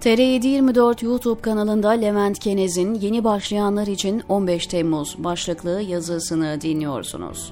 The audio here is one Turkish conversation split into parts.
TR724 YouTube kanalında Levent Kenez'in Yeni Başlayanlar için 15 Temmuz başlıklı yazısını dinliyorsunuz.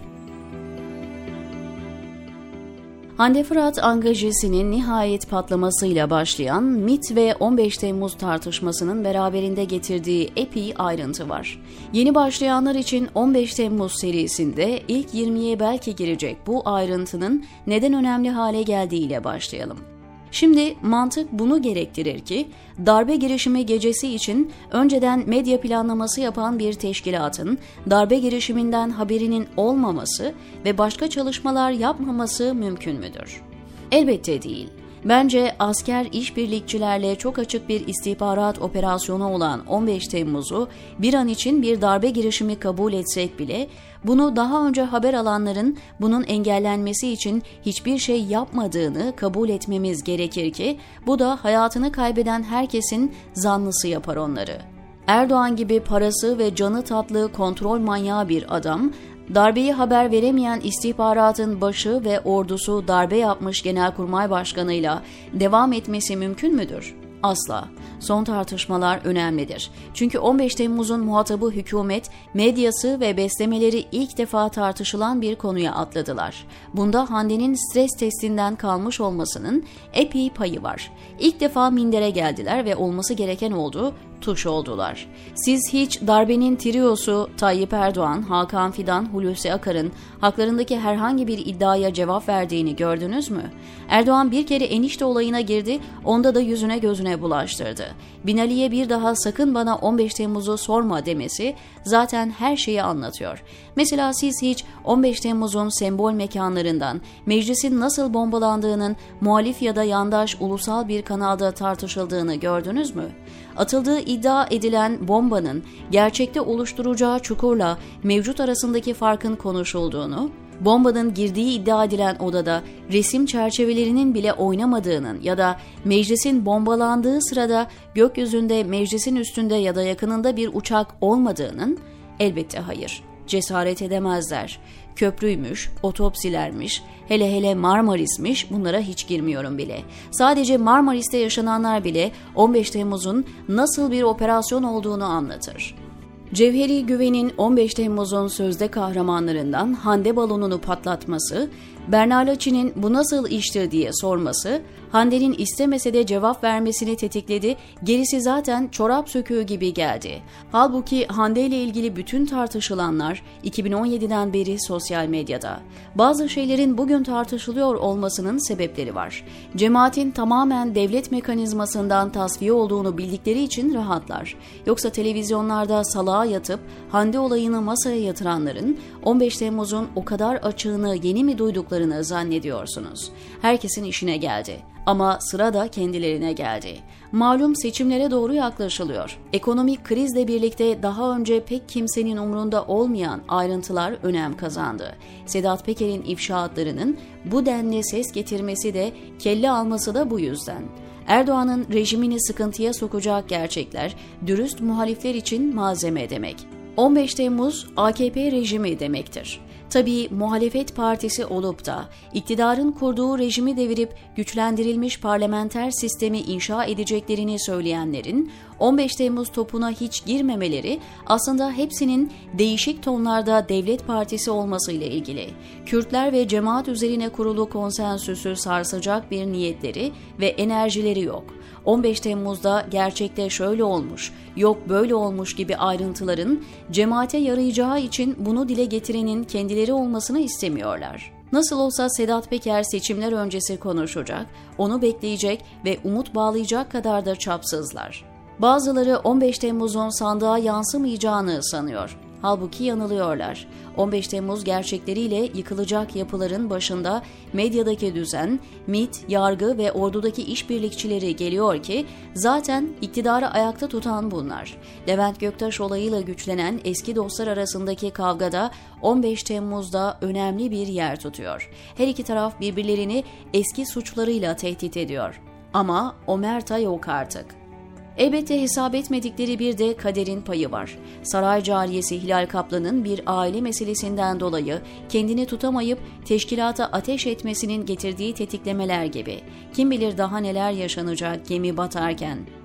Hande Fırat angajesinin nihayet patlamasıyla başlayan MİT ve 15 Temmuz tartışmasının beraberinde getirdiği epey ayrıntı var. Yeni başlayanlar için 15 Temmuz serisinde ilk 20'ye belki girecek bu ayrıntının neden önemli hale geldiğiyle başlayalım. Şimdi mantık bunu gerektirir ki, darbe girişimi gecesi için önceden medya planlaması yapan bir teşkilatın darbe girişiminden haberinin olmaması ve başka çalışmalar yapmaması mümkün müdür? Elbette değil. Bence asker işbirlikçilerle çok açık bir istihbarat operasyonu olan 15 Temmuz'u bir an için bir darbe girişimi kabul etsek bile, bunu daha önce haber alanların bunun engellenmesi için hiçbir şey yapmadığını kabul etmemiz gerekir ki, bu da hayatını kaybeden herkesin zanlısı yapar onları. Erdoğan gibi parası ve canı tatlı kontrol manyağı bir adam, darbeyi haber veremeyen istihbaratın başı ve ordusu darbe yapmış Genelkurmay Başkanı'yla devam etmesi mümkün müdür? Asla. Son tartışmalar önemlidir. Çünkü 15 Temmuz'un muhatabı hükümet, medyası ve beslemeleri ilk defa tartışılan bir konuya atladılar. Bunda Hande'nin stres testinden kalmış olmasının epey payı var. İlk defa mindere geldiler ve olması gereken oldu, tuş oldular. Siz hiç darbenin triosu Tayyip Erdoğan, Hakan Fidan, Hulusi Akar'ın haklarındaki herhangi bir iddiaya cevap verdiğini gördünüz mü? Erdoğan bir kere enişte olayına girdi, onda da yüzüne gözüne bulaştırdı. Binali'ye bir daha sakın bana 15 Temmuz'u sorma demesi zaten her şeyi anlatıyor. Mesela siz hiç 15 Temmuz'un sembol mekanlarından meclisin nasıl bombalandığının muhalif ya da yandaş ulusal bir kanalda tartışıldığını gördünüz mü? Atıldığı iddia edilen bombanın gerçekte oluşturacağı çukurla mevcut arasındaki farkın konuşulduğunu, bombanın girdiği iddia edilen odada resim çerçevelerinin bile oynamadığının ya da meclisin bombalandığı sırada gökyüzünde meclisin üstünde ya da yakınında bir uçak olmadığının elbette hayır. Cesaret edemezler. Köprüymüş, otopsilermiş, hele Marmaris'miş, bunlara hiç girmiyorum bile. Sadece Marmaris'te yaşananlar bile 15 Temmuz'un nasıl bir operasyon olduğunu anlatır. Cevheri Güven'in 15 Temmuz'un sözde kahramanlarından Hande balonunu patlatması, Berna Laçin'in bu nasıl iştir diye sorması, Hande'nin istemese de cevap vermesini tetikledi, gerisi zaten çorap söküğü gibi geldi. Halbuki Hande ile ilgili bütün tartışılanlar 2017'den beri sosyal medyada. Bazı şeylerin bugün tartışılıyor olmasının sebepleri var. Cemaatin tamamen devlet mekanizmasından tasfiye olduğunu bildikleri için rahatlar. Yoksa televizyonlarda salağa yatıp Hande olayını masaya yatıranların 15 Temmuz'un o kadar açığını yeni mi duyduklarını zannediyorsunuz? Herkesin işine geldi. Ama sıra da kendilerine geldi. Malum seçimlere doğru yaklaşılıyor. Ekonomik krizle birlikte daha önce pek kimsenin umrunda olmayan ayrıntılar önem kazandı. Sedat Peker'in ifşaatlarının bu denli ses getirmesi de kelle alması da bu yüzden. Erdoğan'ın rejimini sıkıntıya sokacak gerçekler, dürüst muhalifler için malzeme demek. 15 Temmuz AKP rejimi demektir. Tabii muhalefet partisi olup da iktidarın kurduğu rejimi devirip güçlendirilmiş parlamenter sistemi inşa edeceklerini söyleyenlerin 15 Temmuz topuna hiç girmemeleri aslında hepsinin değişik tonlarda devlet partisi olmasıyla ilgili. Kürtler ve cemaat üzerine kurulu konsensüsü sarsacak bir niyetleri ve enerjileri yok. 15 Temmuz'da gerçekte şöyle olmuş, yok böyle olmuş gibi ayrıntıların cemaate yarayacağı için bunu dile getirenin kendileri olmasını istemiyorlar. Nasıl olsa Sedat Peker seçimler öncesi konuşacak, onu bekleyecek ve umut bağlayacak kadar da çapsızlar. Bazıları 15 Temmuz'un sandığa yansımayacağını sanıyor. Halbuki yanılıyorlar. 15 Temmuz gerçekleriyle yıkılacak yapıların başında medyadaki düzen, MİT, yargı ve ordudaki işbirlikçileri geliyor ki zaten iktidarı ayakta tutan bunlar. Levent Göktaş olayıyla güçlenen eski dostlar arasındaki kavgada 15 Temmuz'da önemli bir yer tutuyor. Her iki taraf birbirlerini eski suçlarıyla tehdit ediyor. Ama omerta yok artık. Elbette hesap etmedikleri bir de kaderin payı var. Saray cariyesi Hilal Kaplan'ın bir aile meselesinden dolayı kendini tutamayıp teşkilata ateş etmesinin getirdiği tetiklemeler gibi. Kim bilir daha neler yaşanacak gemi batarken.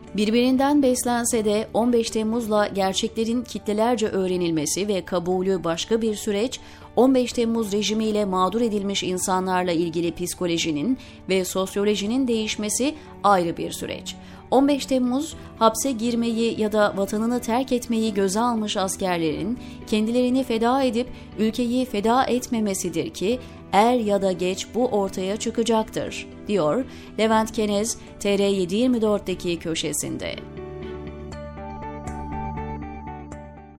Birbirinden beslense de 15 Temmuz'la gerçeklerin kitlelerce öğrenilmesi ve kabulü başka bir süreç, 15 Temmuz rejimiyle mağdur edilmiş insanlarla ilgili psikolojinin ve sosyolojinin değişmesi ayrı bir süreç. 15 Temmuz, hapse girmeyi ya da vatanını terk etmeyi göze almış askerlerin kendilerini feda edip ülkeyi feda etmemesidir ki er ya da geç bu ortaya çıkacaktır, diyor Levent Kenez TR724'deki köşesinde.